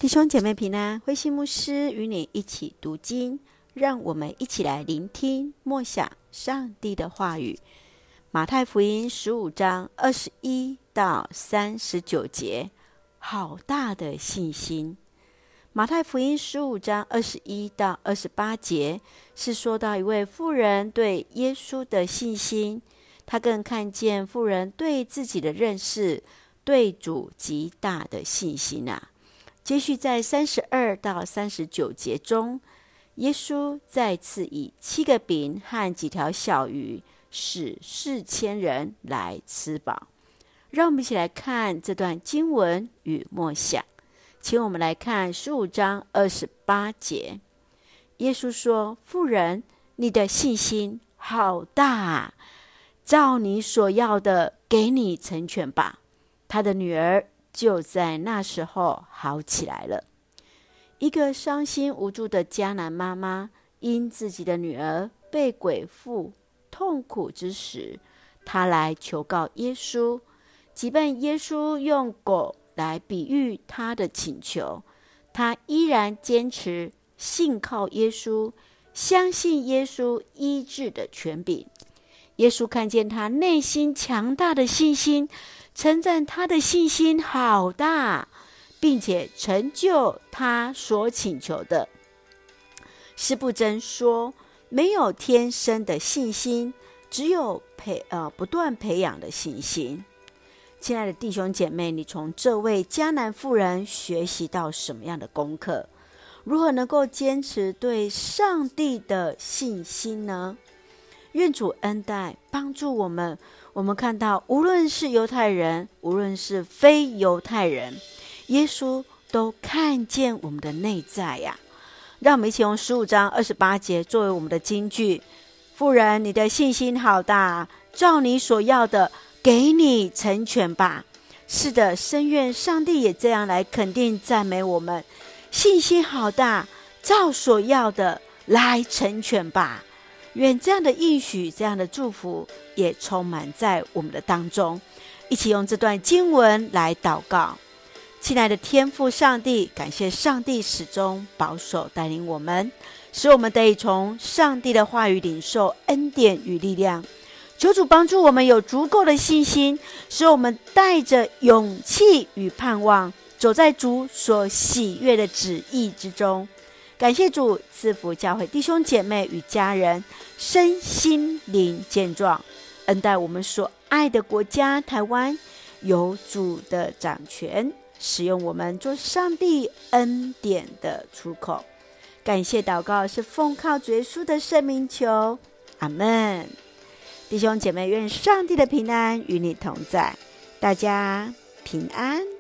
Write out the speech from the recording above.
弟兄姐妹平安，慧馨牧师与你一起读经，让我们一起来聆听默想上帝的话语。马太福音15章21到39节，好大的信心。马太福音15章21到28节是说到一位妇人对耶稣的信心，他更看见妇人对自己的认识，对主极大的信心啊。接续在32到39节中，耶稣再次以7个饼和几条小鱼使4000人来吃饱。让我们一起来看这段经文与默想。请我们来看15章28节。耶稣说：妇人，你的信心好大啊，照你所要的给你成全吧。他的女儿就在那时候好起来了。一个伤心无助的迦南妈妈，因自己的女儿被鬼附痛苦之时，她来求告耶稣。即便耶稣用狗来比喻她的请求，她依然坚持信靠耶稣，相信耶稣医治的权柄。耶稣看见她内心强大的信心，称赞他的信心好大，并且成就他所请求的。施布真说，没有天生的信心，只有不断培养的信心。亲爱的弟兄姐妹，你从这位迦南妇人学习到什么样的功课？如何能够坚持对上帝的信心呢？愿主恩待帮助我们。我们看到无论是犹太人，无论是非犹太人，耶稣都看见我们的内在呀。让我们一起用15章28节作为我们的金句。妇人，你的信心好大，照你所要的给你成全吧。是的，深愿上帝也这样来肯定赞美我们，信心好大，照所要的来成全吧。愿这样的应许，这样的祝福也充满在我们的当中。一起用这段经文来祷告。亲爱的天父上帝，感谢上帝始终保守带领我们，使我们得以从上帝的话语领受恩典与力量。求主帮助我们有足够的信心，使我们带着勇气与盼望，走在主所喜悦的旨意之中。感谢主赐福教会弟兄姐妹与家人身心灵健壮，恩待我们所爱的国家台湾有主的掌权，使用我们做上帝恩典的出口。感谢祷告是奉靠主耶稣的圣名求，阿们。弟兄姐妹，愿上帝的平安与你同在，大家平安。